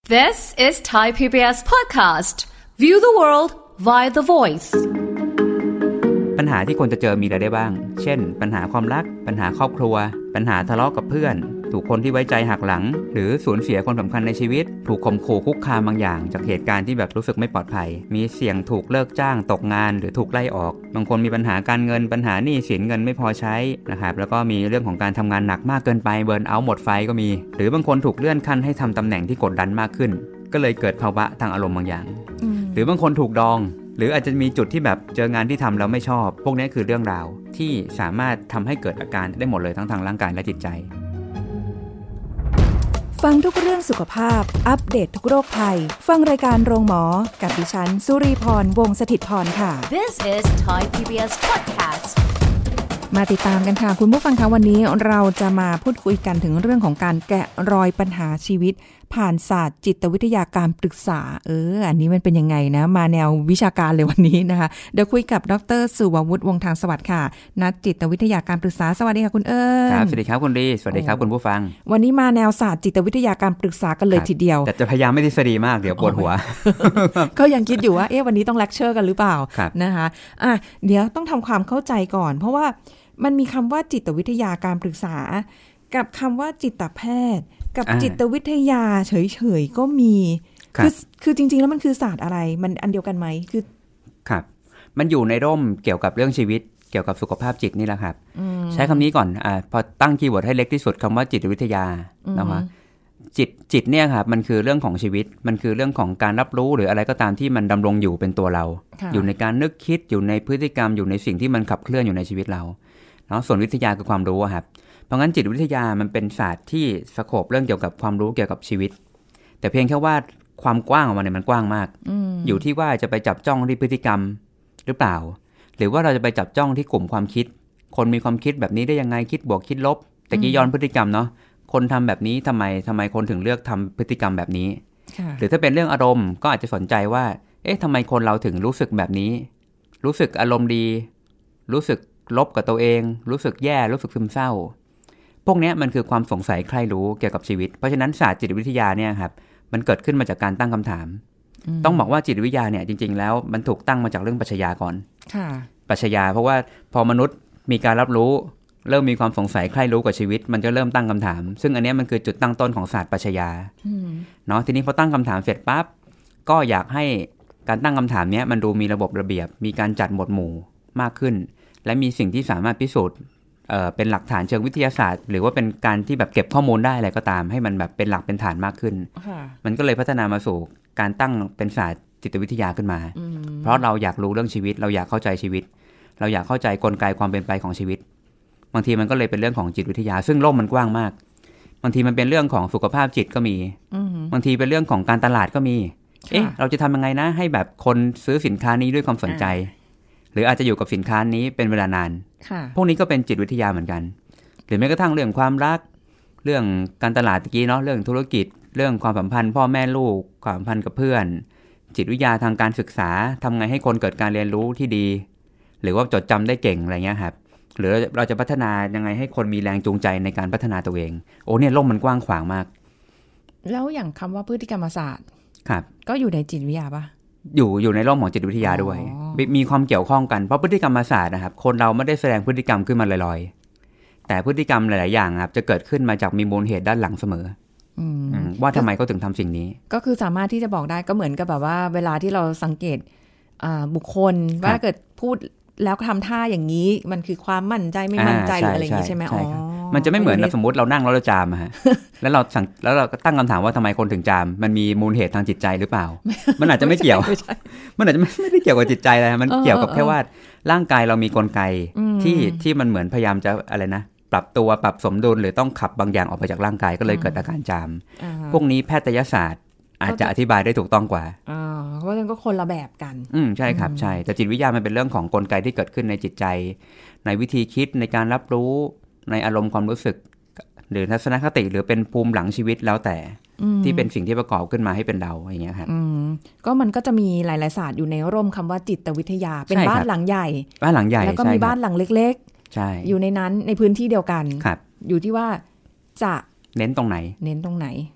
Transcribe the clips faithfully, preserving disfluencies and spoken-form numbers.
This is Thai พี บี เอส podcast. View the world via the voice. ปัญหาที่คนจะเจอมีอะไรได้บ้างเช่นปัญหาความรักปัญหาครอบครัวปัญหาทะเลาะกับเพื่อนถูกคนที่ไว้ใจหักหลังหรือสูญเสียคนสำคัญในชีวิตถูกข่มขู่คุกคามบางอย่างจากเหตุการณ์ที่แบบรู้สึกไม่ปลอดภัยมีเสี่ยงถูกเลิกจ้างตกงานหรือถูกไล่ออกบางคนมีปัญหาการเงินปัญหาหนี้สินเงินไม่พอใช้นะครับแล้วก็มีเรื่องของการทำงานหนักมากเกินไปเบิร์นเอาท์หมดไฟก็มีหรือบางคนถูกเลื่อนขั้นให้ทำตำแหน่งที่กดดันมากขึ้นก็เลยเกิดภาวะทางอารมณ์บางอย่างหรือบางคนถูกดองหรืออาจจะมีจุดที่แบบเจองานที่ทำแล้วไม่ชอบพวกนี้คือเรื่องราวที่สามารถทำให้เกิดอาการได้หมดเลยทั้งทางร่างกายและจิตใจฟังทุกเรื่องสุขภาพอัปเดต ท, ทุกโรคภัยฟังรายการโรงหมอกับดิฉันสุรีพรวงศ์สถิตย์พรค่ะ This is Thai พี บี เอส podcast. มาติดตามกันค่ะคุณผู้ฟังคะวันนี้เราจะมาพูดคุยกันถึงเรื่องของการแกะรอยปัญหาชีวิตผ่านศาสตร์จิตวิทยาการปรึกษาเอออันนี้มันเป็นยังไงนะมาแนววิชาการเลยวันนี้นะคะเดี๋ยวคุยกับดร.สุวัวุฒิวงศ์ทางสวัสดิ์ค่ะนักจิตวิทยาการปรึกษาสวัสดีค่ะคุณเอิญครับสวัสดีครับคุณดีสวัสดีครับคุณผู้ฟังวันนี้มาแนวศาสตร์จิตวิทยาการปรึกษากันเลยทีเดียวแต่จะพยายามไม่ทฤษฎีมากเดี๋ยวปวดหัวก็ยังคิดอยู่ว่าเอ๊ะวันนี้ต้องเลคเชอร์กันหรือเปล่านะคะอ่ะเดี๋ยวต้องทำความเข้าใจก่อนเพราะว่ามันมีคำว่าจิตวิทยาการปรึกษากับคำว่าจิตแพทย์กับจิตวิทยาเฉยๆก็มีคือคือจริงๆแล้วมันคือศาสตร์อะไรมันอันเดียวกันไหมคือครับมันอยู่ในร่มเกี่ยวกับเรื่องชีวิตเกี่ยวกับสุขภาพจิตนี่แหละครับใช้คำนี้ก่อนอ่าพอตั้งคีย์เวิร์ดให้เล็กที่สุดคำว่าจิตวิทยานะคะจิตจิตเนี่ยครับมันคือเรื่องของชีวิตมันคือเรื่องของการรับรู้หรืออะไรก็ตามที่มันดำรงอยู่เป็นตัวเราอยู่ในการนึกคิดอยู่ในพฤติกรรมอยู่ในสิ่งที่มันขับเคลื่อนอยู่ในชีวิตเราเนาะส่วนวิทยาคือความรู้ครับเพราะงั้นจิตวิทยามันเป็นศาสตร์ที่สโคปเรื่องเกี่ยวกับความรู้เกี่ยวกับชีวิตแต่เพียงแค่ว่าความกว้างของมันเนี่ยมันกว้างมาก อ, อยู่ที่ว่าจะไปจับจ้องที่พฤติกรรมหรือเปล่าหรือว่าเราจะไปจับจ้องที่กลุ่มความคิดคนมีความคิดแบบนี้ได้ยังไงคิดบวกคิดลบแต่กี้ย้อนพฤติกรรมเนาะคนทำแบบนี้ทำไมทำไมคนถึงเลือกทำพฤติกรรมแบบนี้หรือถ้าเป็นเรื่องอารมณ์ก็อาจจะสนใจว่าเอ๊ะทำไมคนเราถึงรู้สึกแบบนี้รู้สึกอารมณ์ดีรู้สึกลบกับตัวเองรู้สึกแย่รู้สึกซึมเศร้าพวกนี้มันคือความสงสัยใครรู้เกี่ยวกับชีวิตเพราะฉะนั้นศาสตร์จิตวิทยาเนี่ยครับมันเกิดขึ้นมาจากการตั้งคำถามต้องบอกว่าจิตวิทยาเนี่ยจริงๆแล้วมันถูกตั้งมาจากเรื่องปรัชญาก่อนปรัชญาเพราะว่าพอมนุษย์มีการรับรู้เริ่มมีความสงสัยใครรู้กับชีวิตมันจะเริ่มตั้งคำถามซึ่งอันนี้มันคือจุดตั้งต้นของศาสตร์ปรัชญาเนาะทีนี้พอตั้งคำถามเสร็จปั๊บก็อยากให้การตั้งคำถามนี้มันดูมีระบบระเบียบมีการจัดหมวดหมู่มากขึ้นและมีสิ่งที่สามารถพิสูจน์เอ่อเป็นหลักฐานเชิงวิทยาศาสตร์หรือว่าเป็นการที่แบบเก็บข้อมูลได้อะไรก็ตามให้มันแบบเป็นหลักเป็นฐานมากขึ้น มันก็เลยพัฒนามาสู่การตั้งเป็นศาสตร์จิตวิทยาขึ้นมาเพราะเราอยากรู้เรื่องชีวิตเราอยากเข้าใจชีวิตเราอยากเข้าใจกลไกความเป็นไปของชีวิตบางทีมันก็เลยเป็นเรื่องของจิตวิทยาซึ่งโลกมันกว้างมากบางทีมันเป็นเรื่องของสุขภาพจิตก็มีบางทีเป็นเรื่องของการตลาดก็มีเอ๊ะเราจะทำยังไงนะให้แบบคนซื้อสินค้านี้ด้วยความสนใจหรืออาจจะอยู่กับสินค้านี้เป็นเวลานานพวกนี้ก็เป็นจิตวิทยาเหมือนกันหรือแม้กระทั่งเรื่องความรักเรื่องการตลาดตะกี้เนาะเรื่องธุรกิจเรื่องความสัมพันธ์พ่อแม่ลูกความสัมพันธ์กับเพื่อนจิตวิทยาทางการศึกษาทำไงให้คนเกิดการเรียนรู้ที่ดีหรือว่าจดจำได้เก่งอะไรเงี้ยครับหรือเราจะพัฒนายังไงให้คนมีแรงจูงใจในการพัฒนาตัวเองโอ้เนี่ยโลกมันกว้างขวางมากแล้วอย่างคำว่าพฤติกรรมศาสตร์ครับก็อยู่ในจิตวิทยาปะอยู่อยู่ในร่มของจิตวิทยาด้วยมีความเกี่ยวข้องกันเพราะพฤติกรรมศาสตร์นะครับคนเราไม่ได้แสดงพฤติกรรมขึ้นมาลอยๆแต่พฤติกรรมหลายๆอย่างครับจะเกิดขึ้นมาจากมีมูลเหตุด้านหลังเสมอว่าทำไมเขาถึงทำสิ่งนี้ก็คือสามารถที่จะบอกได้ก็เหมือนกับแบบว่าเวลาที่เราสังเกตบุคคลว่าเกิดพูดแล้วทำท่าอย่างนี้มันคือความมั่นใจไม่มั่นใจหรืออะไรอย่างนี้ใช่ไหมอ๋อมันจะไม่เหมือนสมมติเรานั่งแล้วเราจามฮะแล้วเราสั่งแล้วเราก็ตั้งคำถามว่าทำไมคนถึงจามมันมีมูลเหตุทางจิตใจหรือเปล่ามันอาจจะไม่เกี่ยวมันอาจจะไม่ได้เกี่ยวกับจิตใจเลยมันเกี่ยวกับแค่ว่าร่างกายเรามีกลไกที่ที่มันเหมือนพยายามจะอะไรนะปรับตัวปรับสมดุลหรือต้องขับบางอย่างออกไปจากร่างกายก็เลยเกิดอาการจามพวกนี้แพทยศาสตร์อาจจะอธิบายได้ถูกต้องกว่าอ๋อเพราะฉะนั้นก็คนละแบบกันอืมใช่ครับใช่แต่จิตวิทยามันเป็นเรื่องของกลไกที่เกิดขึ้นในจิตใจในวิธีคิดในการรับรู้ในอารมณ์ความรู้สึกหรือทัศนคติหรือเป็นภูมิหลังชีวิตแล้วแต่ที่เป็นสิ่งที่ประกอบขึ้นมาให้เป็นเราอย่างเงี้ยครับก็มันก็จะมีหลายๆศาสตร์อยู่ในร่มคำว่าจิตวิทยาเป็นบ้านหลังใหญ่บ้านหลังใหญ่แล้วก็มีบ้านหลังเล็กๆใช่อยู่ในนั้นในพื้นที่เดียวกันครับอยู่ที่ว่าจะเน้นตรงไหนเน้นตรงไหน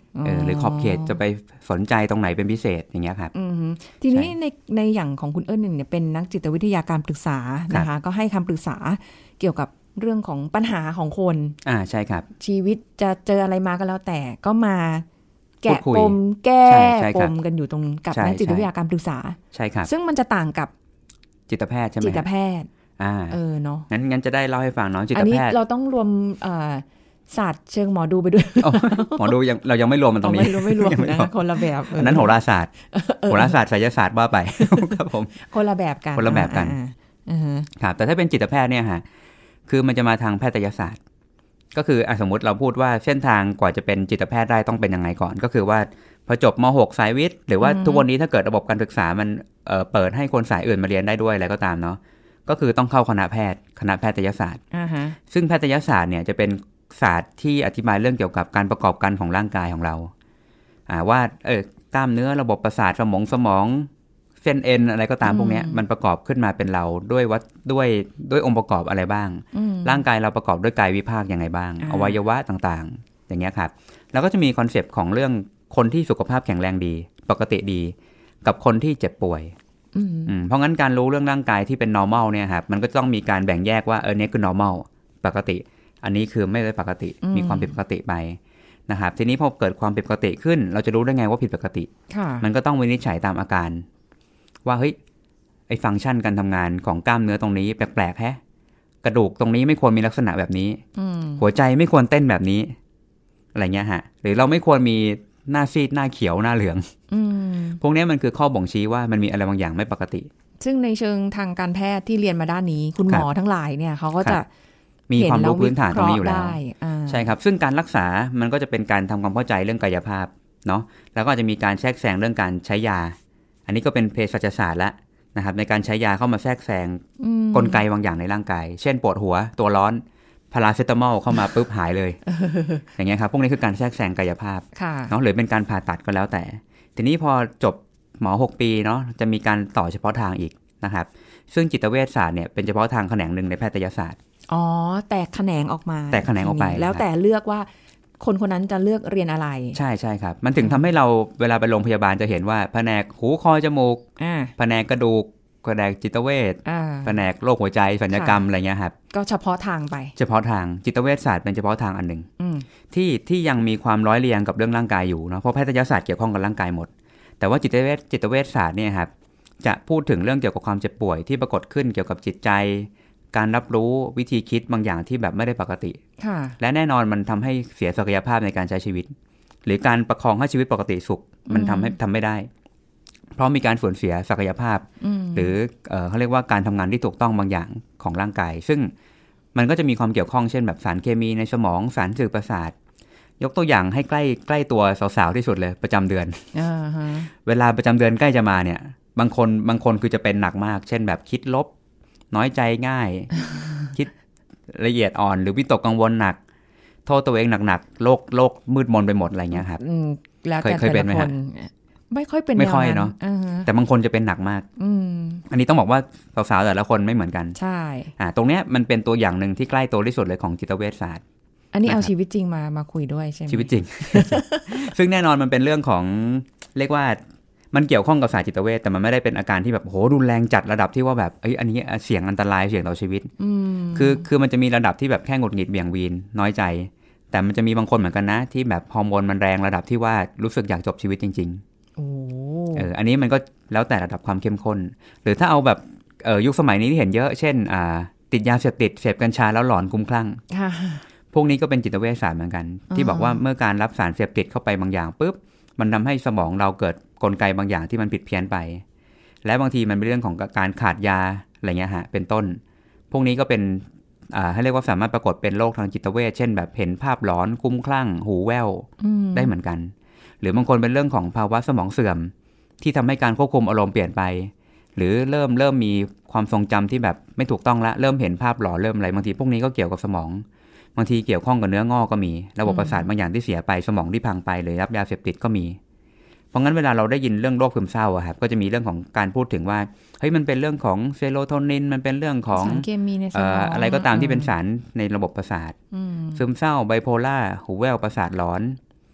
เออหรือขอบเขตจะไปสนใจตรงไหนเป็นพิเศษอย่างเงี้ยครับทีนี้ในในอย่างของคุณเอิ้นเนี่ยเป็นนักจิตวิทยาการปรึกษานะคะก็ให้คำปรึกษาเกี่ยวกับเรื่องของปัญหาของคนอ่าใช่ครับชีวิตจะเจออะไรมาก็แล้วแต่ก็มาแกะปมแก้ปมกันอยู่ตรงกับนักจิตวิทยาการปรึกษาใช่ครับซึ่งมันจะต่างกับจิตแพทย์ใช่ไหมจิตแพทย์อ่าเออเนาะงั้นงั้นจะได้เล่าให้ฟังเนาะจิตแพทย์อันนี้เราต้องรวมศาสตร์เชิงหมอดูไปด้วยหมอดูยังเรายังไม่รวมมันตรงนี้ไม่รวมไม่รวมนะคนละแบบอันนั้นโหราศาสตร์โหราศาสตร์ไสยศาสตร์ว่าไปครับผมคนละแบบกันคนละแบบกันครับแต่ถ้าเป็นจิตแพทย์เนี่ยฮะคือมันจะมาทางแพทยศาสตร์ก็คือสมมติเราพูดว่าเส้นทางกว่าจะเป็นจิตแพทย์ได้ต้องเป็นยังไงก่อนก็คือว่าพอจบม หก สายวิทย์หรือว่าทุกวันนี้ถ้าเกิดระบบการศึกษามันเอ่อเปิดให้คนสายอื่นมาเรียนได้ด้วยอะไรก็ตามเนาะก็คือต้องเข้าคณะแพทย์คณะแพทยศาสตร์ซึ่งแพทยศาสตร์เนี่ยจะเป็นศาสตร์ที่อธิบายเรื่องเกี่ยวกับการประกอบกันของร่างกายของเราอ่าว่าเออกล้ามเนื้อระบบประสาทสมองสมองเส้นเอ็นอะไรก็ตามพวกนี้มันประกอบขึ้นมาเป็นเราด้วยวัดด้วยด้วยองค์ประกอบอะไรบ้างร่างกายเราประกอบด้วยกายวิภาคยังไงบ้างอวัยวะต่างๆอย่างเงี้ยครับแล้วก็จะมีคอนเซปต์ของเรื่องคนที่สุขภาพแข็งแรงดีปกติดีกับคนที่เจ็บป่วยเพราะงั้นการรู้เรื่องร่างกายที่เป็น normal เนี่ยครับมันก็ต้องมีการแบ่งแยกว่าเออเนี่ยคือ normal ปกติอันนี้คือไม่ได้ปกติมีความผิดปกติไปนะครับทีนี้พอเกิดความผิดปกติขึ้นเราจะรู้ได้ไงว่าผิดปกติมันก็ต้องวินิจฉัยตามอาการว่าเฮ้ยไอ้ฟังก์ชันการทำงานของกล้ามเนื้อตรงนี้แปลกๆแฮะกระดูกตรงนี้ไม่ควรมีลักษณะแบบนี้หัวใจไม่ควรเต้นแบบนี้อะไรเงี้ยฮะหรือเราไม่ควรมีหน้าซีดหน้าเขียวหน้าเหลืองพวกนี้มันคือข้อบ่งชี้ว่ามันมีอะไรบางอย่างไม่ปกติซึ่งในเชิงทางการแพทย์ที่เรียนมาด้านนี้คุณหมอทั้งหลายเนี่ยเขาก็จะมีความรู้พื้นฐานตรงนี้อยู่แล้วใช่ครับซึ่งการรักษามันก็จะเป็นการทำความเข้าใจเรื่องกายภาพเนาะแล้วก็จะมีการแทรกแซงเรื่องการใช้ยาอันนี้ก็เป็นเภสัชศาสตร์แล้วนะครับในการใช้ยาเข้ามาแทรกแซงกลไกบางอย่างในร่างกายเช่นปวดหัวตัวร้อนพาราเซตามอลเข้ามาปุ๊บหายเลยอย่างเงี้ยครับพวกนี้คือการแทรกแซงกายภาพเนาะหรือเป็นการผ่าตัดก็แล้วแต่ทีนี้พอจบหมอหกปีเนาะจะมีการต่อเฉพาะทางอีกนะครับซึ่งจิตเวชศาสตร์เนี่ยเป็นเฉพาะทางแขนงหนึ่งในแพทยศาสตร์อ๋อแตกแขนงออกมาแตกแขนงออกไปแล้วแต่เลือกว่าคนคนนั้นจะเลือกเรียนอะไรใช่ใช่ครับมันถึงทำให้เราเวลาไปโรงพยาบาลจะเห็นว่าแผนกหูคอจมูกแผนกกระดูกแผนกจิตเวชแผนกโรคหัวใจศัลยกรรมอะไรเงี้ยครับก็เฉพาะทางไปเฉพาะทางจิตเวชศาสตร์เป็นเฉพาะทางอันหนึ่งที่ที่ยังมีความร้อยเรียงกับเรื่องร่างกายอยู่เนาะเพราะแพทยศาสตร์เกี่ยวข้องกับร่างกายหมดแต่ว่าจิตเวชจิตเวชศาสตร์เนี่ยครับจะพูดถึงเรื่องเกี่ยวกับความเจ็บป่วยที่ปรากฏขึ้นเกี่ยวกับจิตใจการรับรู้วิธีคิดบางอย่างที่แบบไม่ได้ปกติและแน่นอนมันทำให้เสียศักยภาพในการใช้ชีวิตหรือการประคองให้ชีวิตปกติสุขมันทำให้ทำไม่ได้เพราะมีการสูญเสียศักยภาพหรือเอ่อเขาเรียกว่าการทำงานที่ถูกต้องบางอย่างของร่างกายซึ่งมันก็จะมีความเกี่ยวข้องเช่นแบบสารเคมีในสมองสารสื่อประสาทยกตัวอย่างให้ใกล้ใกล้ตัวสาวๆที่สุดเลยประจำเดือน uh-huh. เวลาประจำเดือนใกล้จะมาเนี่ยบางคนบางคนคือจะเป็นหนักมากเช่นแบบคิดลบน้อยใจง่าย คิดละเอียดอ่อนหรือวิตกกังวลหนักโทษตัวเองหนักๆโลกโลกมืดมนไปหมดอะไรเงี้ยครับเคยเคยเป็นไหมฮะไม่ค่อยเป็นไม่ค่อยเนาะ uh-huh. แต่บางคนจะเป็นหนักมากอันนี้ต้องบอกว่าสาวๆแต่ละคนไม่เหมือนกันใช่อ่าตรงเนี้ยมันเป็นตัวอย่างนึงที่ใกล้ตัวที่สุดเลยของจิตเวชศาสตร์อันนี้เอาชีวิตจริงมามาคุยด้วยใช่ไหมชีวิตจริง ซึ่งแน่นอนมันเป็นเรื่องของเรียกว่ามันเกี่ยวข้องกับศาสตร์จิตเวชแต่มันไม่ได้เป็นอาการที่แบบโหรุนแรงจัดระดับที่ว่าแบบเอ้ยอันนี้เสี่ยงอันตรายเสี่ยงต่อชีวิตคือคือมันจะมีระดับที่แบบแค่หงุดหงิดเบี่ยงวีนน้อยใจแต่มันจะมีบางคนเหมือนกันนะที่แบบฮอร์โมนมันแรงระดับที่ว่ารู้สึกอยากจบชีวิตจริงๆโอ้เอออันนี้มันก็แล้วแต่ระดับความเข้มข้นหรือถ้าเอาแบบเออยุคสมัยนี้ที่เห็นเยอะเช่นอ่าติดยาเสพติดเสพกัญชาแล้วหลอนคลุ้มคลั่งพวกนี้ก็เป็นจิตเวชศาสตร์เหมือนกันที่บอกว่าเมื่อการรับสารเสพติดเข้าไปบางอย่างปุ๊บมันทำให้สมองเราเกิดกลไกบางอย่างที่มันผิดเพี้ยนไปและบางทีมันเป็นเรื่องของการขาดยาอะไรเงี้ยฮะเป็นต้นพวกนี้ก็เป็นอ่าให้เรียกว่าสามารถปรากฏเป็นโรคทางจิตเวชเช่นแบบเห็นภาพหลอนคลุ้มคลั่งหูแว่วได้เหมือนกันหรือบางคนเป็นเรื่องของภาวะสมองเสื่อมที่ทำให้การควบคุมอารมณ์เปลี่ยนไปหรือเริ่มเริ่มมีความทรงจำที่แบบไม่ถูกต้องละเริ่มเห็นภาพหลอนเริ่มอะไรบางทีพวกนี้ก็เกี่ยวกับสมองบางทีเกี่ยวข้องกับเนื้องอกก็มีระบบประสาทบางอย่างที่เสียไปสมองที่พังไปหรือรับยาเสพติดก็มีเพราะงั้นเวลาเราได้ยินเรื่องโรคซึมเศร้าอะครับก็จะมีเรื่องของการพูดถึงว่าเฮ้ยมันเป็นเรื่องของเซโรโทนินมันเป็นเรื่องของสารเคมีในสมองอะไรก็ตามที่เป็นสารในระบบประสาทซึมเศร้าไบโพล่าหูแว่วประสาทหลอน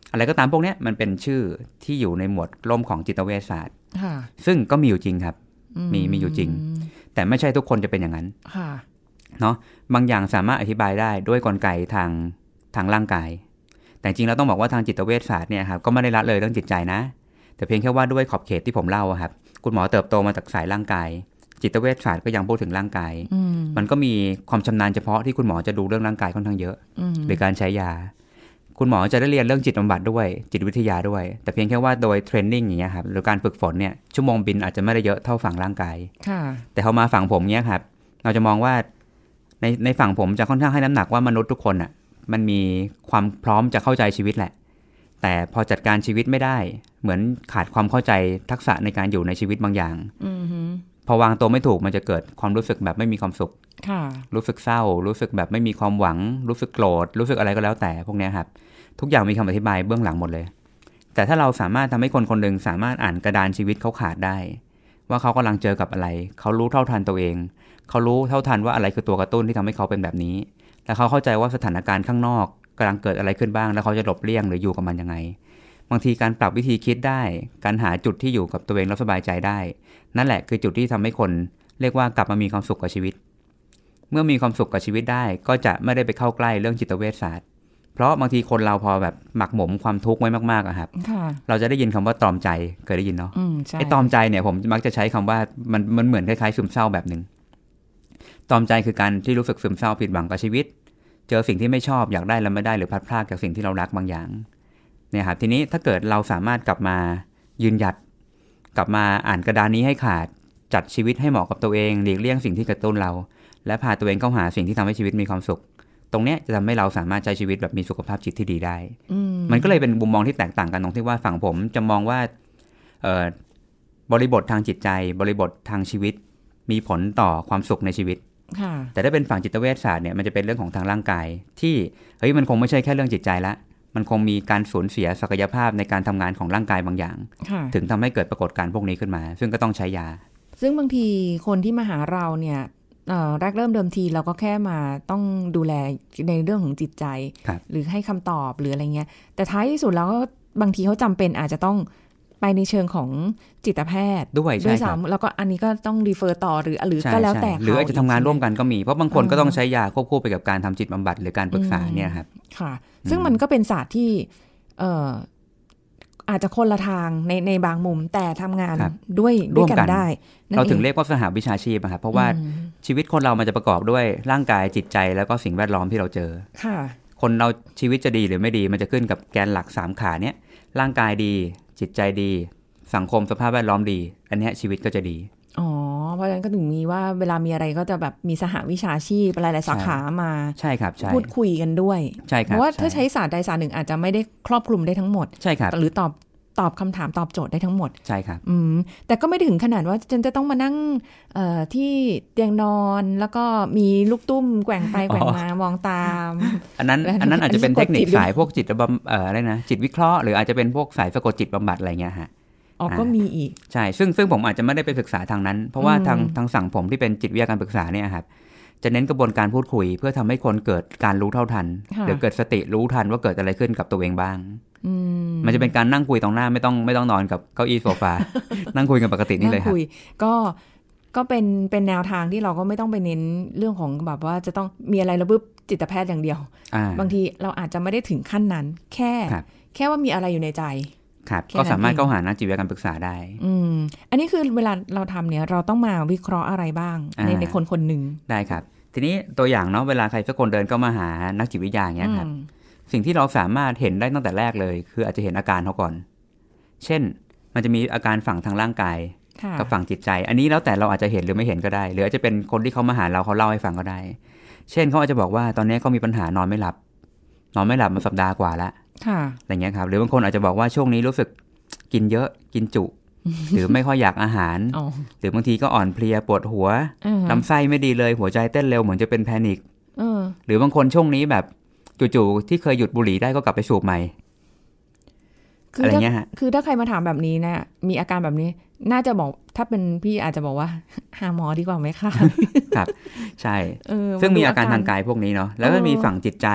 อะไรก็ตามพวกนี้มันเป็นชื่อที่อยู่ในหมวดร่มของจิตเวชศาสตร์ซึ่งก็มีอยู่จริงครับมีมีอยู่จริงแต่ไม่ใช่ทุกคนจะเป็นอย่างนั้นเนาะบางอย่างสามารถอธิบายได้ด้วยกลไกทางทางร่างกายแต่จริงแล้วต้องบอกว่าทางจิตเวชศาสตร์เนี่ยครับก็ไม่ได้ละเลยเรื่องจิตใจนะแต่เพียงแค่ว่าด้วยขอบเขตที่ผมเล่าครับคุณหมอเติบโตมาจากสายร่างกายจิตเวชศาสตร์ก็ยังพูดถึงร่างกายมันก็มีความชำนาญเฉพาะที่คุณหมอจะดูเรื่องร่างกายค่อนข้างเยอะหรือการใช้ยาคุณหมอจะได้เรียนเรื่องจิตบำบัดด้วยจิตวิทยาด้วยแต่เพียงแค่ว่าโดยเทรนนิ่งอย่างเงี้ยครับหรือการฝึกฝนเนี่ยชั่วโมงบินอาจจะไม่ได้เยอะเท่าฝั่งร่างกายแต่พอมาฝั่งผมเนี้ยครับเราจะมองว่าในในฝั่งผมจะค่อนข้างให้น้ำหนักว่ามนุษย์ทุกคนอ่ะมันมีความพร้อมจะเข้าใจชีวิตแหละแต่พอจัดการชีวิตไม่ได้เหมือนขาดความเข้าใจทักษะในการอยู่ในชีวิตบางอย่างพอวางตัวไม่ถูกมันจะเกิดความรู้สึกแบบไม่มีความสุขรู้สึกเศร้ารู้สึกแบบไม่มีความหวังรู้สึกโกรธรู้สึกอะไรก็แล้วแต่พวกนี้ครับทุกอย่างมีคำอธิบายเบื้องหลังหมดเลยแต่ถ้าเราสามารถทำให้คนคนหนึ่งสามารถอ่านกระดานชีวิตเขาขาดได้ว่าเขากำลังเจอกับอะไรเขารู้เท่าทันตัวเองเขารู้เท่าทันว่าอะไรคือตัวกระตุ้นที่ทำให้เขาเป็นแบบนี้และเขาเข้าใจว่าสถานการณ์ข้างนอกกำลังเกิดอะไรขึ้นบ้างแล้วเขาจะหลบเลี่ยงหรืออยู่กับมันยังไงบางทีการปรับวิธีคิดได้การหาจุดที่อยู่กับตัวเองแล้วสบายใจได้นั่นแหละคือจุดที่ทำให้คนเรียกว่ากลับมามีความสุขกับชีวิตเมื่อมีความสุขกับชีวิตได้ก็จะไม่ได้ไปเข้าใกล้เรื่องจิตเวชศาสตร์เพราะบางทีคนเราพอแบบหมักหมมความทุกข์ไว้มากๆอะครับเราจะได้ยินคำว่าตรอมใจเคยได้ยินเนาะไอ้ตรอมใจเนี่ยผมมักจะใช้คำว่ามันมันเหมือนคล้ายๆซึมเศร้าแบบนึงตรอมใจคือการที่รู้สึกซึมเศร้าผิดหวังกับชีวิตเจอสิ่งที่ไม่ชอบอยากได้แล้วไม่ได้หรือพลัดพรากจากสิ่งที่เรารักบางอย่างเนี่ยครับทีนี้ถ้าเกิดเราสามารถกลับมายืนหยัดกลับมาอ่านกระดานนี้ให้ขาดจัดชีวิตให้เหมาะกับตัวเองหลีกเลี่ยงสิ่งที่กระตุ้นเราและพาตัวเองเข้าหาสิ่งที่ทำให้ชีวิตมีความสุขตรงนี้จะทำให้เราสามารถใช้ชีวิตแบบมีสุขภาพจิตที่ดีได้มันก็เลยเป็นมุมมองที่แตกต่างกันตรงที่ว่าฝั่งผมจะมองว่าบริบททางจิตใจบริบททางชีวิตมีผลต่อความสุขในชีวิตแต่ถ้าเป็นฝั่งจิตเวชศาสตร์เนี่ยมันจะเป็นเรื่องของทางร่างกายที่เฮ้ยมันคงไม่ใช่แค่เรื่องจิตใจละมันคงมีการสูญเสียศักยภาพในการทำงานของร่างกายบางอย่างถึงทำให้เกิดปรากฏการณ์พวกนี้ขึ้นมาซึ่งก็ต้องใช้ยาซึ่งบางทีคนที่มาหาเราเนี่ยแรกเริ่มเดิมทีเราก็แค่มาต้องดูแลในเรื่องของจิตใจหรือให้คำตอบหรืออะไรเงี้ยแต่ท้ายที่สุดแล้วก็บางทีเขาจำเป็นอาจจะต้องไปในเชิงของจิตแพทย์ด้วยด้วยซ้ำแล้วก็อันนี้ก็ต้องรีเฟอร์ต่อหรือหรือก็แล้วแต่หรืออาจจะทำงานร่วมกันก็มีเพราะบางคนก็ต้องใช้ยาควบคู่ไปกับการทำจิตบำบัดหรือการปรึกษาเนี่ยครับค่ะซึ่งมันก็เป็นศาสตร์ที่เอ่ออาจจะคนละทางในในบางมุมแต่ทำงานด้วยด้วยกันได้เราถึงเรียกว่าสหวิชาชีพครับเพราะว่าชีวิตคนเรามันจะประกอบด้วยร่างกายจิตใจแล้วก็สิ่งแวดล้อมที่เราเจอคนเราชีวิตจะดีหรือไม่ดีมันจะขึ้นกับแกนหลักสามขาเนี้ยร่างกายดีจิตใจดีสังคมสภาพแวดล้อมดีอันนี้ชีวิตก็จะดีอ๋อเพราะฉะนั้นก็ถึงมีว่าเวลามีอะไรก็จะแบบมีสหวิชาชีพหลายๆสาขามาใช่ครับใช่พูดคุยกันด้วยใช่ครับเพราะว่าถ้าใช้ศาสตร์ใดศาสตร์หนึ่งอาจจะไม่ได้ครอบคลุมได้ทั้งหมดใช่ครับหรือตอบตอบคำถามตอบโจทย์ได้ทั้งหมดใช่ครับอืมแต่ก็ไม่ถึงขนาดว่าฉันจะต้องมานั่งเอ่อที่เตียงนอนแล้วก็มีลูกตุ้มแกว่งไปแกว่งมามองตามอันนั้นอันนั้นอาจจะเป็นเทคนิคสายพวกจิตบำเอ่ออะไรนะจิตวิเคราะห์หรืออาจจะเป็นพวกสายสะกดจิตบำบัดอะไรเงี้ยฮะอ๋อก็มีอีกใช่ซึ่งซึ่งผมอาจจะไม่ได้ไปศึกษาทางนั้นเพราะว่าทางทางฝั่งผมที่เป็นจิตวิทยาการปรึกษาเนี่ยครับจะเน้นกระบวนการพูดคุยเพื่อทำให้คนเกิดการรู้เท่าทันหรือเกิดสติรู้ทันว่าเกิดอะไรขึ้นกับตัวเองบ้างมันจะเป็นการนั่งคุยตรงหน้าไม่ต้องไม่ต้องนอนกับเก้าอี้โซฟา นั่งคุยกันปกตินี่เลยครับก็ก็เป็นเป็นแนวทางที่เราก็ไม่ต้องไปเน้นเรื่องของแบบว่าจะต้องมีอะไรแล้วปุ๊บจิตแพทย์อย่างเดียวบางทีเราอาจจะไม่ได้ถึงขั้นนั้นแค่แค่ว่ามีอะไรอยู่ในใจครับก็สามารถเข้าหานักจิตวิทยาการปรึกษาได้อืมอันนี้คือเวลาเราทำเนี่ยเราต้องมาวิเคราะห์อะไรบ้างในในคนคนหนึ่งได้ครับทีนี้ตัวอย่างเนาะเวลาใครสักคนเดินเข้ามาหานักจิตวิทยาอย่างเงี้ยครับสิ่งที่เราสามารถเห็นได้ตั้งแต่แรกเลยคืออาจจะเห็นอาการเขาก่อนเช่นมันจะมีอาการฝั่งทางร่างกายกับฝั่งจิตใจอันนี้แล้วแต่เราอาจจะเห็นหรือไม่เห็นก็ได้หรืออาจจะเป็นคนที่เขามาหาเราเขาเล่าให้ฟังก็ได้เช่นเขาอาจจะบอกว่าตอนนี้เขามีปัญหานอนไม่หลับนอนไม่หลับมาสัปดาห์กว่าแล้วอะไรเงี้ยครับหรือบางคนอาจจะบอกว่าช่วงนี้รู้สึกกินเยอะกินจุ หรือไม่ค่อยอยากอาหาร หรือบางทีก็อ่อนเพลียปวดหัวลำไส้ไม่ดีเลยหัวใจเต้นเร็วเหมือนจะเป็นแพนิคหรือบางคนช่วงนี้แบบจู่ๆที่เคยหยุดบุหรี่ได้ก็กลับไปสูบใหม่อะไรเงี้ยฮะคือถ้าใครมาถามแบบนี้นะมีอาการแบบนี้น่าจะบอกถ้าเป็นพี่อาจจะบอกว่าหาหมอดีกว่าไหมคะครับใช่ซึ่งมีอาการทางกายพวกนี้เนาะแล้วก็มีฝั่งจิตใจ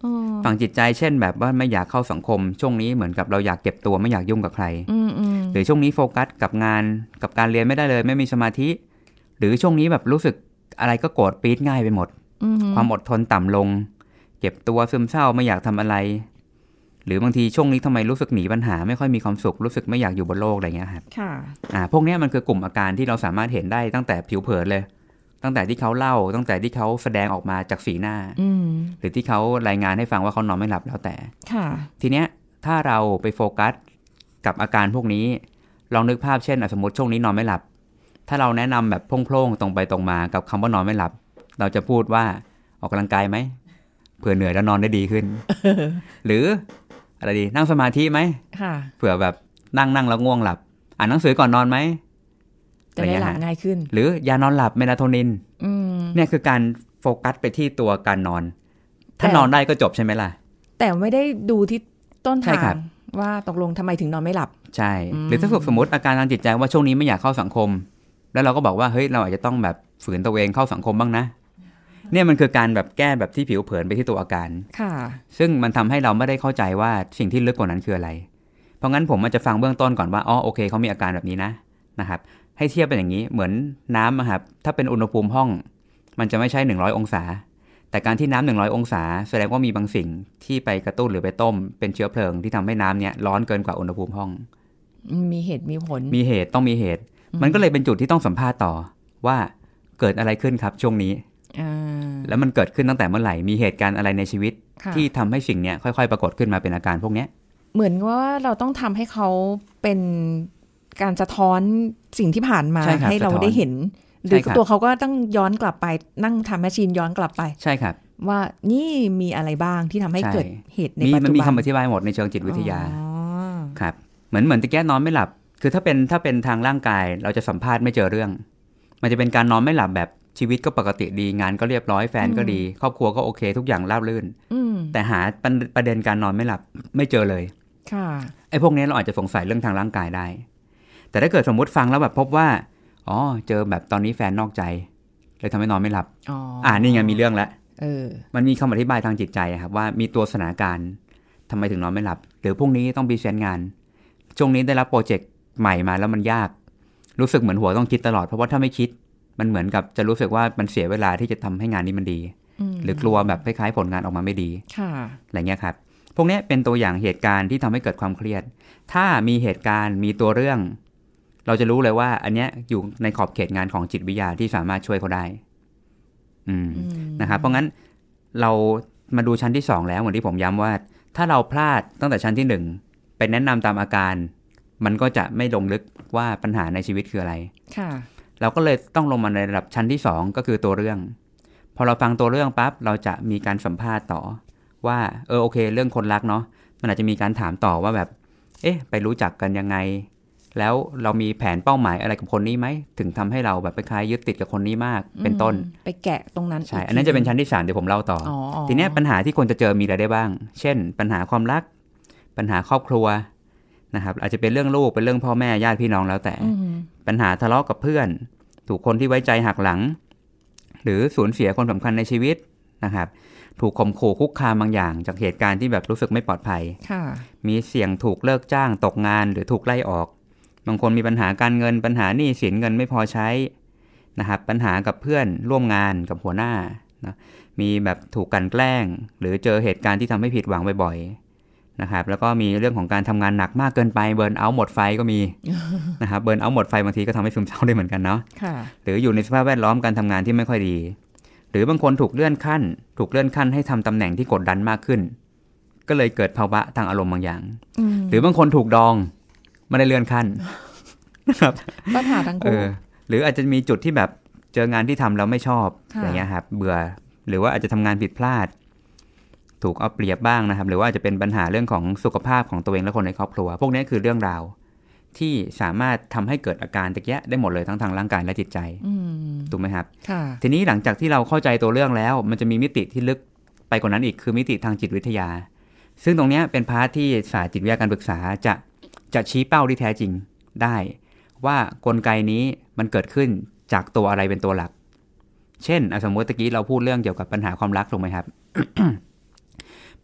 ฝั่งจิตใจเช่นแบบว่าไม่อยากเข้าสังคมช่วงนี้เหมือนกับเราอยากเก็บตัวไม่อยากยุ่งกับใครหรือช่วงนี้โฟกัสกับงานกับการเรียนไม่ได้เลยไม่มีสมาธิหรือช่วงนี้แบบรู้สึกอะไรก็โกรธปี๊ดง่ายไปหมดความอดทนต่ำลงเก็บตัวซึมเศร้าไม่อยากทำอะไรหรือบางทีช่วงนี้ทำไมรู้สึกหนีปัญหาไม่ค่อยมีความสุขรู้สึกไม่อยากอยู่บนโลกอะไรเงี้ยครับค่ะอ่าพวกนี้มันคือกลุ่มอาการที่เราสามารถเห็นได้ตั้งแต่ผิวเผินเลยตั้งแต่ที่เขาเล่าตั้งแต่ที่เขาแสดงออกมาจากสีหน้าหรือที่เขารายงานให้ฟังว่าเขานอนไม่หลับแล้วแต่ค่ะทีเนี้ยถ้าเราไปโฟกัสกับอาการพวกนี้ลองนึกภาพเช่นสมมติช่วงนี้นอนไม่หลับถ้าเราแนะนำแบบโพล่งๆตรงไปตรงมากับคำว่านอนไม่หลับเราจะพูดว่าออกกำลังกายไหมเผื่อเหนื่อยแล้วนอนได้ดีขึ้น หรืออะไรดีนั่งสมาธิไหมเผื่อแบบนั่งนั่งแล้วง่วงหลับอ่านหนังสือก่อนนอนไหมจะได้หลับง่ายขึ้นหรือยานอนหลับเมลาโทนินเนี่ยคือการโฟกัสไปที่ตัวการนอนถ้านอนได้ก็จบใช่ไหมล่ะแต่ไม่ได้ดูที่ต้นทางว่าตกลงทำไมถึงนอนไม่หลับใช่หรือถ้าสมมติอาการทางจิตใจว่าช่วงนี้ไม่อยากเข้าสังคมแล้วเราก็บอกว่าเฮ้ยเราอาจจะต้องแบบฝืนตัวเองเข้าสังคมบ้างนะเนี่ยมันคือการแบบแก้แบบที่ผิวเผินไปที่ตัวอาการค่ะซึ่งมันทำให้เราไม่ได้เข้าใจว่าสิ่งที่ลึกกว่านั้นคืออะไรเพราะงั้นผมมันจะฟังเบื้องต้นก่อนว่าอ๋อโอเคเขามีอาการแบบนี้นะนะครับให้เทียบเป็นอย่างนี้เหมือนน้ำครับถ้าเป็นอุณหภูมิห้องมันจะไม่ใช่หนึ่งร้อยองศาแต่การที่น้ำหนึ่งร้อยองศาแสดงว่ามีบางสิ่งที่ไปกระตุ้นหรือไปต้มเป็นเชื้อเพลิงที่ทำให้น้ำเนี้ยร้อนเกินกว่าอุณหภูมิห้องมีเหตุมีผลมีเหตุต้องมีเหตุมันก็เลยเป็นจุดที่ต้องสัมภาษณ์ต่อว่าเกิดอะไรขึ้นครับช่วงนี้แล้วมันเกิดขึ้นตั้งแต่เมื่อไหร่มีเหตุการณ์อะไรในชีวิตที่ทำให้สิ่งเนี้ยค่อยๆปรากฏขึ้นมาเป็นอาการพวกเนี้ยเหมือนว่าเราต้องทำให้เขาเป็นการสะท้อนสิ่งที่ผ่านมา ใ, ให้เราได้เห็นหรือตัวเขาก็ต้องย้อนกลับไปนั่งทำแมชชีนย้อนกลับไปใช่ครับว่านี่มีอะไรบ้างที่ทำให้เกิดเหตุในปัจจุบันมันมีคำอธิบายหมดในเชิงจิตวิทยาครับเหมือนเหมือนตะแกนอนไม่หลับคือถ้าเป็นถ้าเป็นทางร่างกายเราจะสัมภาษณ์ไม่เจอเรื่องมันจะเป็นการนอนไม่หลับแบบชีวิตก็ปกติดีงานก็เรียบร้อยแฟนก็ดีครอบครัวก็โอเคทุกอย่างราบรื่นแต่หาประเด็นการนอนไม่หลับไม่เจอเลยไอ้พวกนี้เราอาจจะสงสัยเรื่องทางร่างกายได้แต่ถ้าเกิดสมมุติฟังแล้วแบบพบว่าอ๋อเจอแบบตอนนี้แฟนนอกใจเลยทำให้นอนไม่หลับอ๋ออ่านี่ไงมีเรื่องแล้วเออมันมีคำอธิบายทางจิตใจครับว่ามีตัวสถานการณ์ทำไมถึงนอนไม่หลับหรือพรุ่งนี้ต้องพรีเซนต์งานช่วงนี้ได้รับโปรเจกต์ใหม่มาแล้วมันยากรู้สึกเหมือนหัวต้องคิดตลอดเพราะว่าถ้าไม่คิดมันเหมือนกับจะรู้สึกว่ามันเสียเวลาที่จะทำให้งานนี้มันดีหรือกลัวแบบคล้ายๆผลงานออกมาไม่ดีอะไรเงี้ยครับพวกนี้เป็นตัวอย่างเหตุการณ์ที่ทำให้เกิดความเครียดถ้ามีเหตุการณ์มีตัวเรื่องเราจะรู้เลยว่าอันเนี้ยอยู่ในขอบเขตงานของจิตวิทยาที่สามารถช่วยเขาได้อืมนะครับเพราะงั้นเรามาดูชั้นที่สองแล้วเหมือนที่ผมย้ำว่าถ้าเราพลาดตั้งแต่ชั้นที่หนึ่งไปแนะนำตามอาการมันก็จะไม่ลงลึกว่าปัญหาในชีวิตคืออะไรค่ะเราก็เลยต้องลงมาในระดับชั้นที่สองก็คือตัวเรื่องพอเราฟังตัวเรื่องปั๊บเราจะมีการสัมภาษณ์ต่อว่าเออโอเคเรื่องคนรักเนาะมันอาจจะมีการถามต่อว่าแบบเอ๊ะไปรู้จักกันยังไงแล้วเรามีแผนเป้าหมายอะไรกับคนนี้ไหมถึงทำให้เราแบบไปคล้ายยึดติดกับคนนี้มากเป็นต้นไปแกะตรงนั้นใช่อันนั้นจะเป็นชั้นที่สามเดี๋ยวผมเล่าต่อทีนี้ปัญหาที่คนจะเจอมีอะไรได้บ้างเช่นปัญหาความรักปัญหาครอบครัวนะครับอาจจะเป็นเรื่องลูกเป็นเรื่องพ่อแม่ญาติพี่น้องแล้วแต่ปัญหาทะเลาะกับเพื่อนถูกคนที่ไว้ใจหักหลังหรือสูญเสียคนสำคัญในชีวิตนะครับถูกข่มขู่คุกคามบางอย่างจากเหตุการณ์ที่แบบรู้สึกไม่ปลอดภัยมีเสี่ยงถูกเลิกจ้างตกงานหรือถูกไล่ออกบางคนมีปัญหาการเงินปัญหาหนี้สินเงินไม่พอใช้นะครับปัญหากับเพื่อนร่วมงานกับหัวหน้านะมีแบบถูกกลั่นแกล้งหรือเจอเหตุการณ์ที่ทำให้ผิดหวังบ่อยๆนะครับแล้วก็มีเรื่องของการทำงานหนักมากเกินไปเบิร์นเอาท์หมดไฟก็มี นะครับเบิร์นเอาท์หมดไฟบางทีก็ทำให้ซึมเศร้าได้เหมือนกันเนาะหรืออยู่ในสภาพแวดล้อมการทำงานที่ไม่ค่อยดีหรือบางคนถูกเลื่อนขั้นถูกเลื่อนขั้นให้ทำตำแหน่งที่กดดันมากขึ้นก็เลยเกิดภาวะทางอารมณ์บางอย่างหรือบางคนถูกดองไม่ได้เลื่อนขั้นนะครับปัญหาทั้งคู่หรืออาจจะมีจุดที่แบบเจองานที่ทำแล้วไม่ชอบอย่างเงี้ยครับเบื่อหรือว่าอาจจะทำงานผิดพลาดถูกเอาเปรียบบ้างนะครับหรือว่าอาจจะเป็นปัญหาเรื่องของสุขภาพของตัวเองและคนในครอบครัวพวกนี้คือเรื่องราวที่สามารถทำให้เกิดอาการตะเกียะได้หมดเลยทั้งทางร่างกายและจิตใจถูกไหมครับทีนี้หลังจากที่เราเข้าใจตัวเรื่องแล้วมันจะมีมิติที่ลึกไปกว่านั้นอีกคือมิติทางจิตวิทยาซึ่งตรงนี้เป็นพาร์ทที่ศาสตร์จิตวิทยาการปรึกษาจะจะชี้เป้าที่แท้จริงได้ว่ากลไกนี้มันเกิดขึ้นจากตัวอะไรเป็นตัวหลักเช่นสมมติตะกี้เราพูดเรื่องเกี่ยวกับปัญหาความรักถูกไหมครับ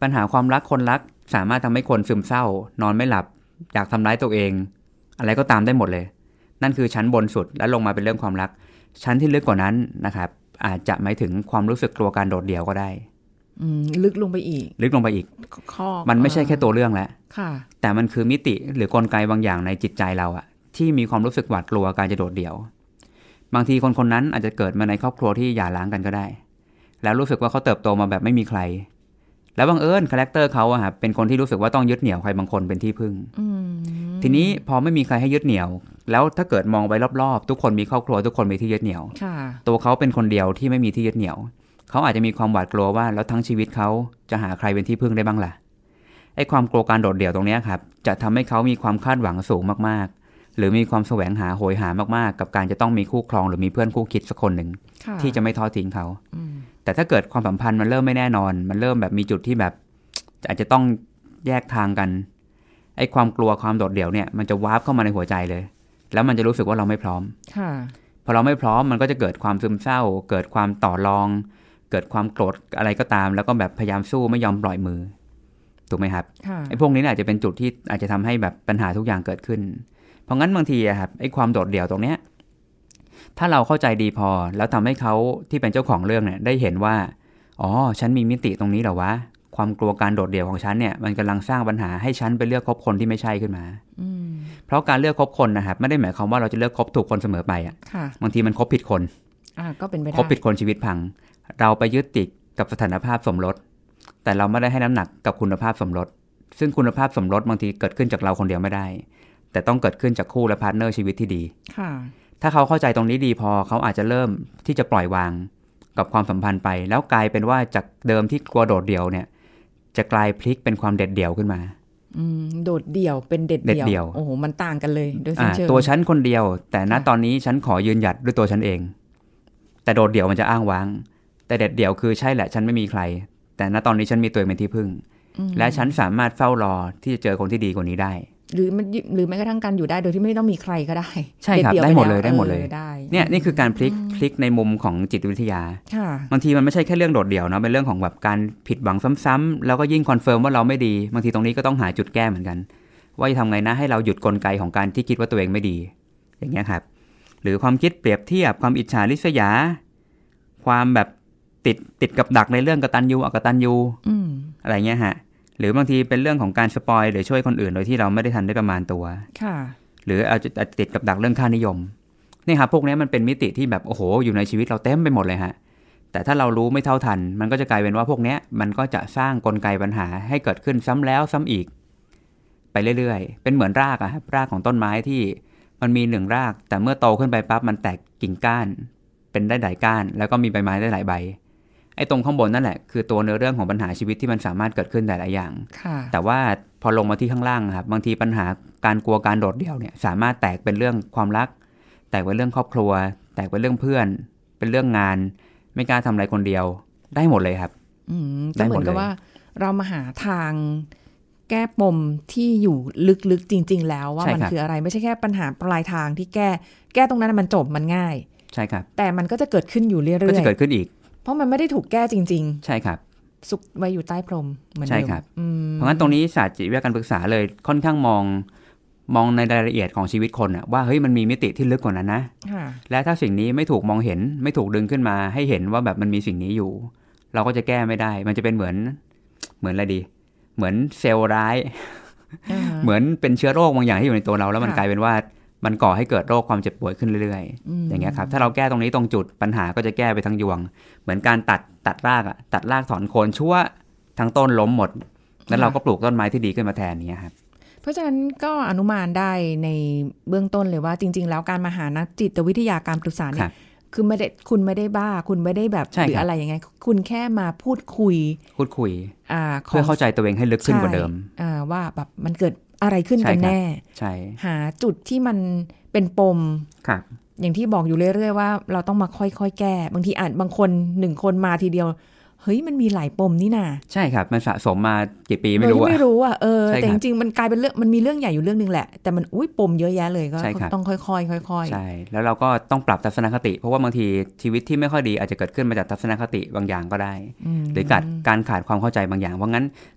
ปัญหาความรักคนรักสามารถทำให้คนซึมเศร้านอนไม่หลับอยากทำร้ายตัวเองอะไรก็ตามได้หมดเลยนั่นคือชั้นบนสุดแล้วลงมาเป็นเรื่องความรักชั้นที่ลึกกว่านั้นนะครับอาจจะหมายถึงความรู้สึกกลัวการโดดเดี่ยวก็ได้ลึกลงไปอีกลึกลงไปอีกมันไม่ใช่แค่ตัวเรื่องแล้วแต่มันคือมิติหรือกลไกบางอย่างในจิตใจเราอะที่มีความรู้สึกหวาดกลัวการจะโดดเดี่ยวบางทีคนคนนั้นอาจจะเกิดมาในครอบครัวที่หย่าร้างกันก็ได้แล้วรู้สึกว่าเขาเติบโตมาแบบไม่มีใครแล้วบังเอิญคาแรคเตอร์เขาอะครับเป็นคนที่รู้สึกว่าต้องยึดเหนี่ยวใครบางคนเป็นที่พึ่งทีนี้พอไม่มีใครให้ยึดเหนี่ยวแล้วถ้าเกิดมองไปรอบๆทุกคนมีครอบครัวทุกคนมีที่ยึดเหนี่ยวตัวเขาเป็นคนเดียวที่ไม่มีที่ยึดเหนี่ยวเขาอาจจะมีความหวาดกลัวว่าแล้วทั้งชีวิตเขาจะหาใครเป็นที่พึ่งได้บ้างล่ะไอ้ความกลัวการโดดเดี่ยวตรงนี้ครับจะทำให้เขามีความคาดหวังสูงมากๆหรือมีความแสวงหาโหยหามากๆกับการจะต้องมีคู่ครองหรือมีเพื่อนคู่คิดสักคนหนึ่งที่จะไม่ทอดทิ้งเขาแต่ถ้าเกิดความสัมพันธ์มันเริ่มไม่แน่นอนมันเริ่มแบบมีจุดที่แบบอาจจะต้องแยกทางกันไอ้ความกลัวความโดดเดี่ยวเนี่ยมันจะวาร์ปเข้ามาในหัวใจเลยแล้วมันจะรู้สึกว่าเราไม่พร้อมพอเราไม่พร้อมมันก็จะเกิดความซึมเศร้าเกิดความต่อรองเกิดความโกรธอะไรก็ตามแล้วก็แบบพยายามสู้ไม่ยอมปล่อยมือถูกไหมครับไอ้พวกนี้อาจจะเป็นจุดที่อาจจะทำให้แบบปัญหาทุกอย่างเกิดขึ้นเพราะงั้นบางทีอะครับไอ้ความโดดเดี่ยวตรงเนี้ยถ้าเราเข้าใจดีพอแล้วทำให้เขาที่เป็นเจ้าของเรื่องเนี่ยได้เห็นว่าอ๋อฉันมีมิติตรงนี้เหรอวะความกลัวการโดดเดี่ยวของฉันเนี่ยมันกำลังสร้างปัญหาให้ฉันไปเลือกคบคนที่ไม่ใช่ขึ้นมาเพราะการเลือกคบคนนะครับไม่ได้หมายความว่าเราจะเลือกคบถูกคนเสมอไปอ่ะบางทีมันคบผิดคนก็เป็นไปได้คบผิดคนชีวิตพังเราไปยึดติดกับสถานภาพสมรสแต่เราไม่ได้ให้น้ำหนักกับคุณภาพสมรสซึ่งคุณภาพสมรสบางทีเกิดขึ้นจากเราคนเดียวไม่ได้แต่ต้องเกิดขึ้นจากคู่และพาร์ทเนอร์ชีวิตที่ดีถ้าเขาเข้าใจตรงนี้ดีพอเขาอาจจะเริ่มที่จะปล่อยวางกับความสัมพันธ์ไปแล้วกลายเป็นว่าจากเดิมที่กลัวโดดเดี่ยวเนี่ยจะกลายพลิกเป็นความเด็ดเดี่ยวขึ้นมาโดดเดี่ยวเป็นเด็ดเดี่ยวโอ้โหมันต่างกันเลยโดยสิ้นเชิงตัวฉันคนเดียวแต่ณตอนนี้ฉันขอยืนหยัดด้วยตัวฉันเองแต่โดดเดี่ยวมันจะอ้างว้างแต่เด็ดเดี่ยวคือใช่แหละฉันไม่มีใครแต่ณตอนนี้ฉันมีตัวเองเป็นที่พึ่งและฉันสามารถเฝ้ารอที่จะเจอคนที่ดีกว่านี้ได้หรือมันหรือแม้กระทั่งการอยู่ได้โดยที่ไม่ต้องมีใครก็ได้ใช่ครับได้หมดเลยได้หมดเลยเนี่ยนี่คือการพลิกพลิกในมุมของจิตวิทยาบางทีมันไม่ใช่แค่เรื่องโดดเดี่ยวเนาะเป็นเรื่องของแบบการผิดหวังซ้ำๆแล้วก็ยิ่งคอนเฟิร์มว่าเราไม่ดีบางทีตรงนี้ก็ต้องหาจุดแก้เหมือนกันว่าจะทำไงนะให้เราหยุดกลไกของการที่คิดว่าตัวเองไม่ดีอย่างเงี้ยครับหรือความคิดเปรียบเทียบความอิจฉาริษยาความแบบติดติดกับดักในเรื่องกตัญญูอกตัญญูอะไรเงี้ยฮะหรือบางทีเป็นเรื่องของการสปอยหรือช่วยคนอื่นโดยที่เราไม่ได้ทันได้ประมาณตัวหรืออาจจะติดกับดักเรื่องค่านิยมนี่ครับพวกนี้มันเป็นมิติที่แบบโอ้โหอยู่ในชีวิตเราเต็มไปหมดเลยฮะแต่ถ้าเรารู้ไม่เท่าทันมันก็จะกลายเป็นว่าพวกนี้มันก็จะสร้างกลไกปัญหาให้เกิดขึ้นซ้ำแล้วซ้ำอีกไปเรื่อยๆเป็นเหมือนรากอะครับรากของต้นไม้ที่มันมีหนึ่งรากแต่เมื่อโตขึ้นไปปั๊บมันแตกกิ่งก้านเป็นได้หลายก้านแล้วก็มีใบไม้ได้หลายใบไอ้ตรงข้างบนนั่นแหละคือตัวเนื้อเรื่องของปัญหาชีวิตที่มันสามารถเกิดขึ้นหลายๆอย่างแต่ว่าพอลงมาที่ข้างล่างครับบางทีปัญหาการกลัวการโดดเดี่ยวเนี่ยสามารถแตกเป็นเรื่องความรักแตกเป็นเรื่องครอบครัวแตกเป็นเรื่องเพื่อนเป็นเรื่องงานไม่กล้าทำอะไรคนเดียวได้หมดเลยครับก็เหมือนกับว่าเรามาหาทางแก้ปมที่อยู่ลึกๆจริงๆแล้วว่ามันคืออะไรไม่ใช่แค่ปัญหาปลายทางที่แก้แก้ตรงนั้นมันจบมันง่ายใช่ครับแต่มันก็จะเกิดขึ้นอยู่เรื่อยๆก็จะเกิดขึ้นอีกเพราะมันไม่ได้ถูกแก้จริงๆใช่ครับซุกไว้อยู่ใต้พรมเหมือนเดิมใช่ครับเพราะงั้นตรงนี้ศาสตร์จิตวิทยาการปรึกษาเลยค่อนข้างมองมองในรายละเอียดของชีวิตคนอะว่าเฮ้ยมันมีมิติที่ลึกกว่านั้นนะและถ้าสิ่งนี้ไม่ถูกมองเห็นไม่ถูกดึงขึ้นมาให้เห็นว่าแบบมันมีสิ่งนี้อยู่เราก็จะแก้ไม่ได้มันจะเป็นเหมือนเหมือนอะไรดีเหมือนเซลล์ร้าย เหมือนเป็นเชื้อโรคบางอย่างที่อยู่ในตัวเราแล้วมันกลายเป็นว่ามันก่อให้เกิดโรคความเจ็บป่วยขึ้นเรื่อยๆอย่างเงี้ยครับถ้าเราแก้ตรงนี้ตรงจุดปัญหาก็จะแก้ไปทั้งยวงเหมือนการตัดตัดรากอะตัดรากถอนโคนชั่วทั้งต้นล้มหมดแล้วเราก็ปลูกต้นไม้ที่ดีขึ้นมาแทนนี้ครับเพราะฉะนั้นก็อนุมานได้ในเบื้องต้นเลยว่าจริงๆแล้วการมาหานักจิตวิทยาการปรึกษาเนี่ยคือไม่ได้คุณไม่ได้บ้าคุณไม่ได้แบบหรืออะไรอย่างเงี้ยคุณแค่มาพูดคุยพูดคุยเพื่อเข้าใจตัวเองให้ลึกขึ้นกว่าเดิมว่าแบบมันเกิดอะไรขึ้นกันแน่ใช่หาจุดที่มันเป็นปมอย่างที่บอกอยู่เรื่อยๆว่าเราต้องมาค่อยๆแก้บางทีอาจบางคนหนึ่งคนมาทีเดียวเฮ้ยมันมีหลายปมนี่นาใช่ครับมันสะสมมากี่ปีไม่รู้อะไม่รู้อะเออแต่จริงๆมันกลายเป็นเรื่องมันมีเรื่องใหญ่อยู่เรื่องนึงแหละแต่มันอุ้ยปมเยอะแยะเลยก็ต้องค่อยๆค่อยๆใช่แล้วเราก็ต้องปรับทัศนคติเพราะว่าบางทีชีวิตที่ไม่ค่อยดีอาจจะเกิดขึ้นมาจากทัศนคติบางอย่างก็ได้หรือการการขาดความเข้าใจบางอย่างเพราะงั้น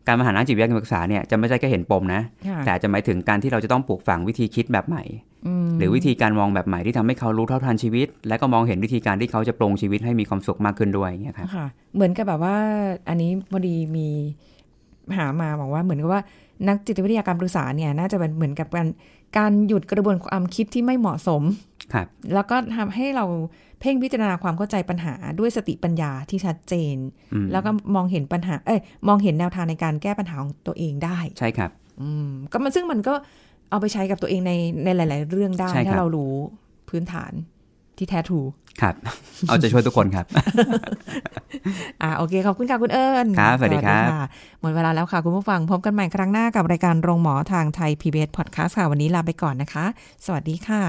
การมาหานักจิตวิทยาการปรึกษาเนี่ยจะไม่ใช่แค่เห็นปมนะแต่จะหมายถึงการที่เราจะต้องปลูกฝังวิธีคิดแบบใหม่หรือวิธีการมองแบบใหม่ที่ทำให้เขารู้เท่าทันชีวิตและก็มองเห็นวิธีการที่เขาจะปรุงชีวิตให้มีความสุขมากขึ้นด้วยอย่างเงี้ยครับค่ะเหมือนกับแบบว่าอันนี้พอดีมีหามาบอกว่าเหมือนกับว่านักจิตวิทยาการปรึกษาเนี่ยน่าจะเป็นเหมือนกับการการหยุดกระบวนความคิดที่ไม่เหมาะสมครับแล้วก็ทำให้เราเพ่งพิจารณาความเข้าใจปัญหาด้วยสติปัญญาที่ชัดเจนแล้วก็มองเห็นปัญหาเอ้ยมองเห็นแนวทางในการแก้ปัญหาของตัวเองได้ใช่ครับอืมก็มันซึ่งมันก็เอาไปใช้กับตัวเองในในหลายๆเรื่องได้ถ้าเรารู้พื้นฐานที่แท้ถูกครับเอาจะช่วยทุกคนครับอ่าโอเคขอบคุณค่ะคุณเอิญครับสวัสดีครับหมดเวลาแล้วค่ะคุณผู้ฟังพบกันใหม่ครั้งหน้ากับรายการโรงหมอทางไทย พี บี เอส Podcast ค่ะวันนี้ลาไปก่อนนะคะสวัสดีค่ะ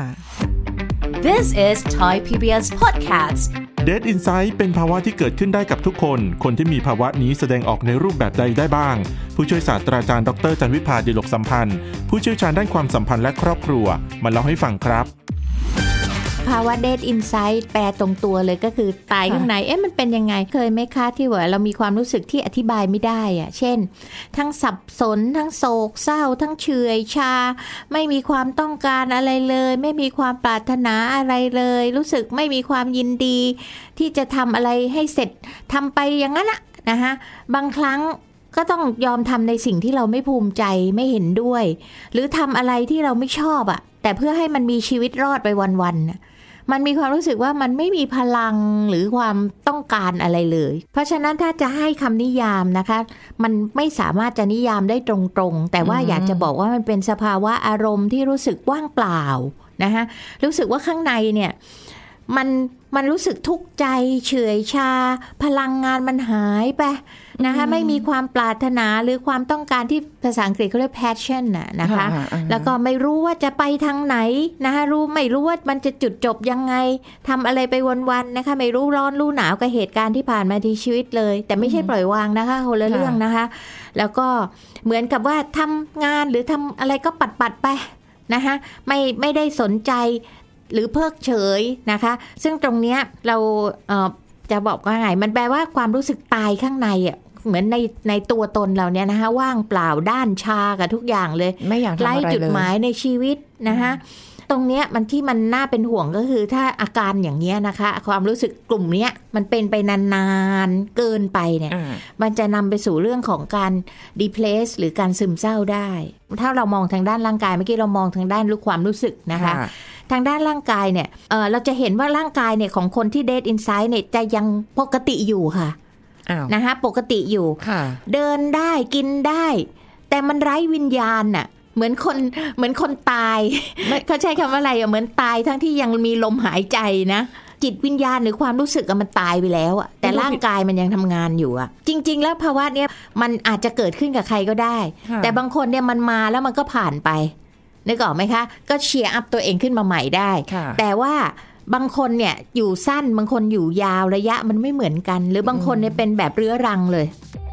This is Thai พี บี เอส Podcast Dead Insight เป็นภาวะที่เกิดขึ้นได้กับทุกคนคนที่มีภาวะนี้แสดงออกในรูปแบบใดได้บ้างผู้ช่วยศาสตราจารย์ดรจันวิภาดิลกสัมพันธ์ผู้เชี่ยวชาญด้านความสัมพันธ์และครอบครัวมาเล่าให้ฟังครับภาวะ Dead Inside แปลตรงตัวเลยก็คือตายข้างในเอ๊ะมันเป็นยังไงเคยไหมคะที่ว่าเรามีความรู้สึกที่อธิบายไม่ได้อะเช่นทั้งสับสนทั้งโศกเศร้าทั้งเฉื่อยชาไม่มีความต้องการอะไรเลยไม่มีความปรารถนาอะไรเลยรู้สึกไม่มีความยินดีที่จะทำอะไรให้เสร็จทำไปอย่างนั้นอะนะคะบางครั้งก็ต้องยอมทำในสิ่งที่เราไม่ภูมิใจไม่เห็นด้วยหรือทำอะไรที่เราไม่ชอบอะแต่เพื่อให้มันมีชีวิตรอดไปวันๆมันมีความรู้สึกว่ามันไม่มีพลังหรือความต้องการอะไรเลยเพราะฉะนั้นถ้าจะให้คำนิยามนะคะมันไม่สามารถจะนิยามได้ตรงๆแต่ว่าอยากจะบอกว่ามันเป็นสภาวะอารมณ์ที่รู้สึกว่างเปล่านะคะรู้สึกว่าข้างในเนี่ยมันมันรู้สึกทุกข์ใจเฉื่อยชาพลังงานมันหายไปนะคะไม่มีความปรารถนาหรือความต้องการที่ภาษาอังกฤษเขาเรียก passion น่ะนะคะแล้วก็ไม่รู้ว่าจะไปทางไหนนะคะรู้ไม่รู้ว่ามันจะจุดจบยังไงทำอะไรไปวันๆนะคะไม่รู้ร้อนรู้หนาวกับเหตุการณ์ที่ผ่านมาในชีวิตเลยแต่ไม่ใช่ปล่อยวางนะคะคนละเรื่องนะคะแล้วก็เหมือนกับว่าทำงานหรือทำอะไรก็ปัดๆไปนะคะไม่ไม่ได้สนใจหรือเพิกเฉยนะคะซึ่งตรงเนี้ยเราเอ่อจะบอกว่าไงมันแปลว่าความรู้สึกตายข้างในอ่ะเหมือนในในตัวตนเราเนี่ยนะคะว่างเปล่าด้านชากับทุกอย่างเลยไม่อยากทำอะไรเลยไร้จุดหมายในชีวิตนะคะตรงเนี้ยมันที่มันน่าเป็นห่วงก็คือถ้าอาการอย่างเนี้ยนะคะความรู้สึกกลุ่มเนี้ยมันเป็นไปนานๆเกินไปเนี่ยมันจะนำไปสู่เรื่องของการ depress หรือการซึมเศร้าได้ถ้าเรามองทางด้านร่างกายเมื่อกี้เรามองทางด้านรู้ความรู้สึกนะคะทางด้านร่างกายเนี่ย เอ่อ เราจะเห็นว่าร่างกายเนี่ยของคนที่ Dead Inside เนี่ยจะยังปกติอยู่ค่ะนะคะปกติอยู่เดินได้กินได้แต่มันไร้วิญญาณน่ะเหมือนคนเหมือนคนตายเขาใช้คำว่าอะไรอ่ะเหมือนตายทั้งที่ยังมีลมหายใจนะจิตวิญญาณหรือความรู้สึกมันตายไปแล้วอ่ะแต่ร่างกายมันยังทำงานอยู่อ่ะจริงๆแล้วภาวะเนี้ยมันอาจจะเกิดขึ้นกับใครก็ได้แต่บางคนเนี่ยมันมาแล้วมันก็ผ่านไปนึกออกไหมคะก็เชียร์อัพตัวเองขึ้นมาใหม่ได้แต่ว่าบางคนเนี่ยอยู่สั้นบางคนอยู่ยาวระยะมันไม่เหมือนกันหรือบางคนเนี่ยเป็นแบบเรื้อรังเลย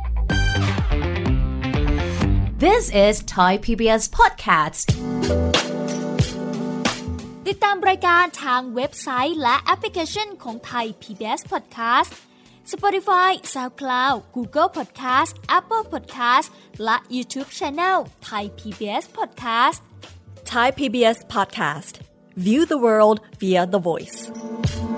This is Thai พี บี เอส Podcast ติดตามรายการทางเว็บไซต์และแอปพลิเคชันของ Thai พี บี เอส Podcast Spotify, SoundCloud, Google Podcast, Apple Podcast และ YouTube Channel Thai พี บี เอส Podcast Thai พี บี เอส Podcast View the world via the voice